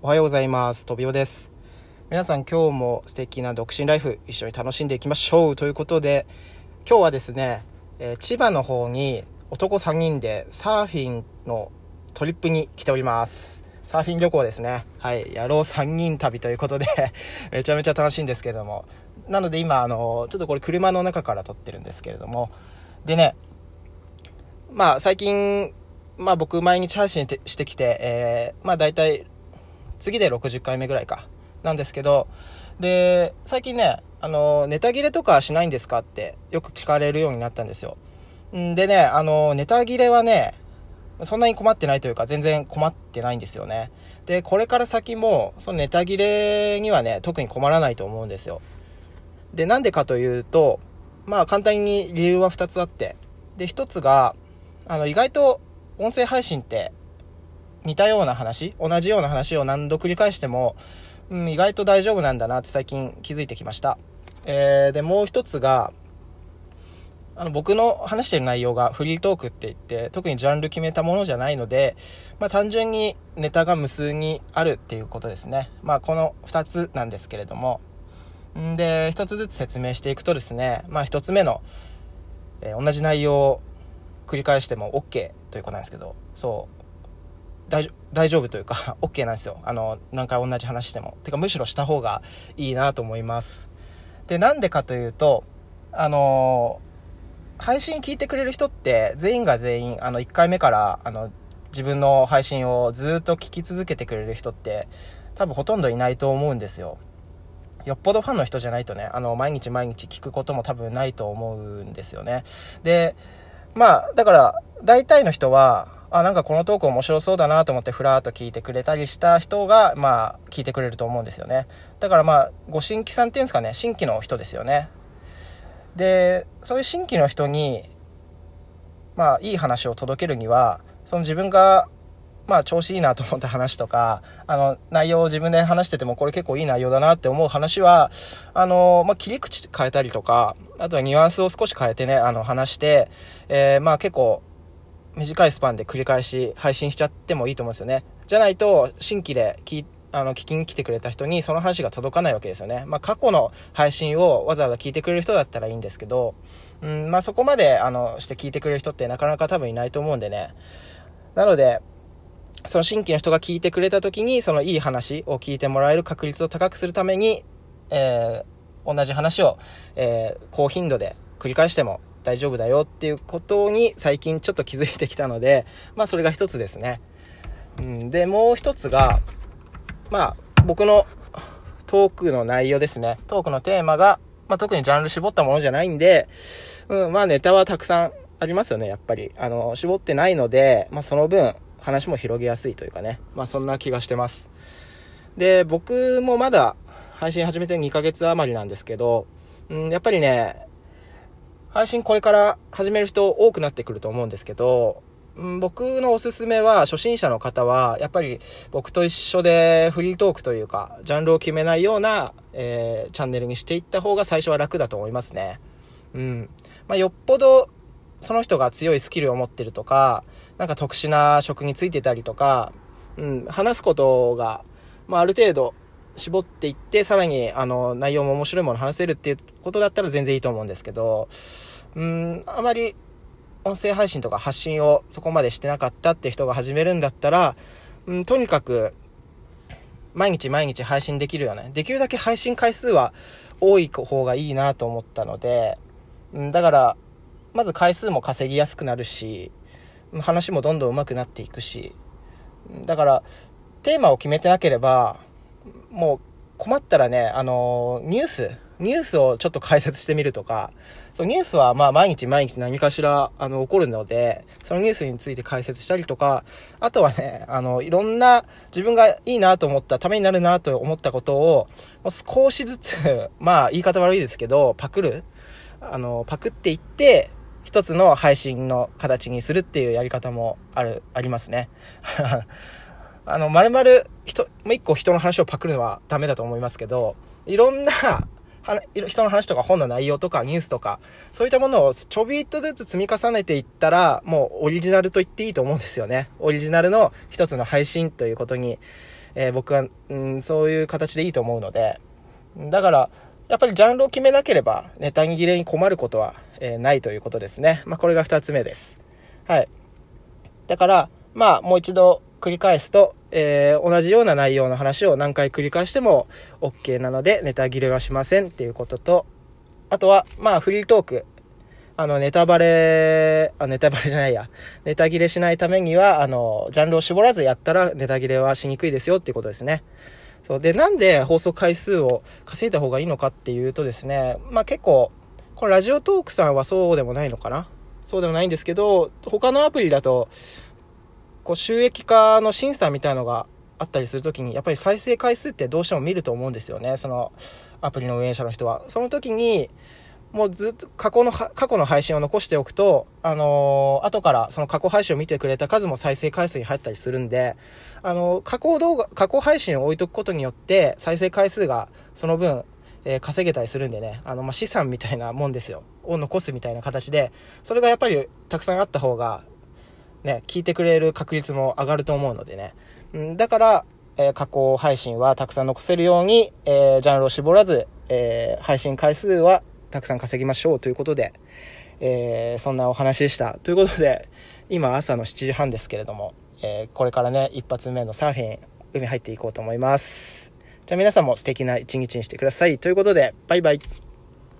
おはようございます。とびおです。皆さん今日も素敵な独身ライフ一緒に楽しんでいきましょうということで、今日はですね、千葉の方に男3人でサーフィンのトリップに来ております。サーフィン旅行ですね。はい、野郎3人旅ということでめちゃめちゃ楽しいんですけれども、なので今ちょっとこれ車の中から撮ってるんですけれども、でね、最近僕毎日配信してきて、だいたい次で60回目ぐらいかなんですけど、で最近ねネタ切れとかしないんですかってよく聞かれるようになったんですよ。でねネタ切れはねそんなに困ってないというか、全然困ってないんですよね。でこれから先もそのネタ切れにはね特に困らないと思うんですよ。でなんでかというと、簡単に理由は2つあって、で1つが意外と音声配信って似たような話、同じような話を何度繰り返しても、意外と大丈夫なんだなって最近気づいてきました。でもう一つが僕の話している内容がフリートークって言って特にジャンル決めたものじゃないので、単純にネタが無数にあるっていうことですね。この2つなんですけれども、で1つずつ説明していくとですね、1つ目の、同じ内容を繰り返しても OK ということなんですけど、大丈夫というかOK なんですよ。何回同じ話しても。てかむしろした方がいいなと思います。でなんでかというと配信聞いてくれる人って全員が全員1回目から自分の配信をずっと聞き続けてくれる人って多分ほとんどいないと思うんですよ。よっぽどファンの人じゃないとね毎日聞くことも多分ないと思うんですよね。でだから大体の人はなんかこのトーク面白そうだなと思ってふらーっと聞いてくれたりした人が聞いてくれると思うんですよね。だからご新規さんっていうんですかね、新規の人ですよね。でそういう新規の人にいい話を届けるには、その自分が調子いいなと思った話とか内容を自分で話しててもこれ結構いい内容だなって思う話は切り口変えたりとか、あとはニュアンスを少し変えてね話して、結構短いスパンで繰り返し配信しちゃってもいいと思うんですよね。じゃないと新規で聞きに来てくれた人にその話が届かないわけですよね。過去の配信をわざわざ聞いてくれる人だったらいいんですけど、そこまでして聞いてくれる人ってなかなか多分いないと思うんでね。なのでその新規の人が聞いてくれた時にそのいい話を聞いてもらえる確率を高くするために、同じ話を、高頻度で繰り返しても大丈夫だよっていうことに最近ちょっと気づいてきたので、それが一つですね。でもう一つが僕のトークの内容ですね。トークのテーマが、特にジャンル絞ったものじゃないんで、ネタはたくさんありますよね。やっぱり絞ってないので、その分話も広げやすいというかね、そんな気がしてます。で僕もまだ配信始めて2ヶ月余りなんですけど、やっぱりね配信これから始める人多くなってくると思うんですけど、僕のおすすめは初心者の方はやっぱり僕と一緒でフリートークというかジャンルを決めないような、チャンネルにしていった方が最初は楽だと思いますね。よっぽどその人が強いスキルを持ってるとか、なんか特殊な職についてたりとか、話すことが、ある程度絞っていってさらに内容も面白いもの話せるっていうことだったら全然いいと思うんですけど、あまり音声配信とか発信をそこまでしてなかったって人が始めるんだったら、とにかく毎日配信できるよね。できるだけ配信回数は多い方がいいなと思ったので、だからまず回数も稼ぎやすくなるし、話もどんどん上手くなっていくし、だからテーマを決めてなければもう困ったらねニュースをちょっと解説してみるとか、そのニュースは毎日何かしら起こるので、そのニュースについて解説したりとか、あとはねいろんな自分がいいなと思ったためになるなと思ったことを少しずつ言い方悪いですけどパクっていって一つの配信の形にするっていうやり方もありますね。丸々一個人の話をパクるのはダメだと思いますけど、いろんな人の話とか本の内容とかニュースとかそういったものをちょびっとずつ積み重ねていったらもうオリジナルと言っていいと思うんですよね。オリジナルの一つの配信ということに、 僕は、そういう形でいいと思うので、だからやっぱりジャンルを決めなければネタ切れに困ることは、ないということですね。これが2つ目です。はい。だからもう一度繰り返すと、同じような内容の話を何回繰り返しても OK なのでネタ切れはしませんっていうことと、あとはフリートーク、ネタじゃないや、ネタ切れしないためにはジャンルを絞らずやったらネタ切れはしにくいですよっていうことですね。そうで、なんで放送回数を稼いだ方がいいのかっていうとですね、結構このラジオトークさんはそうでもないのかな、そうでもないんですけど、他のアプリだとこう収益化の審査みたいのがあったりするときに、やっぱり再生回数ってどうしても見ると思うんですよね、そのアプリの運営者の人は。その時にもうずっと過去の配信を残しておくと、後からその過去配信を見てくれた数も再生回数に入ったりするんで、過去配信を置いとくことによって再生回数がその分、稼げたりするんでね、資産みたいなもんですよ、を残すみたいな形で、それがやっぱりたくさんあった方がね、聞いてくれる確率も上がると思うのでね、だから、過去配信はたくさん残せるように、ジャンルを絞らず、配信回数はたくさん稼ぎましょうということで、そんなお話でした。ということで、今朝の7時半ですけれども、これからね、一発目のサーフィン、海入っていこうと思います。じゃあ皆さんも素敵な一日にしてください。ということで、バイバイ。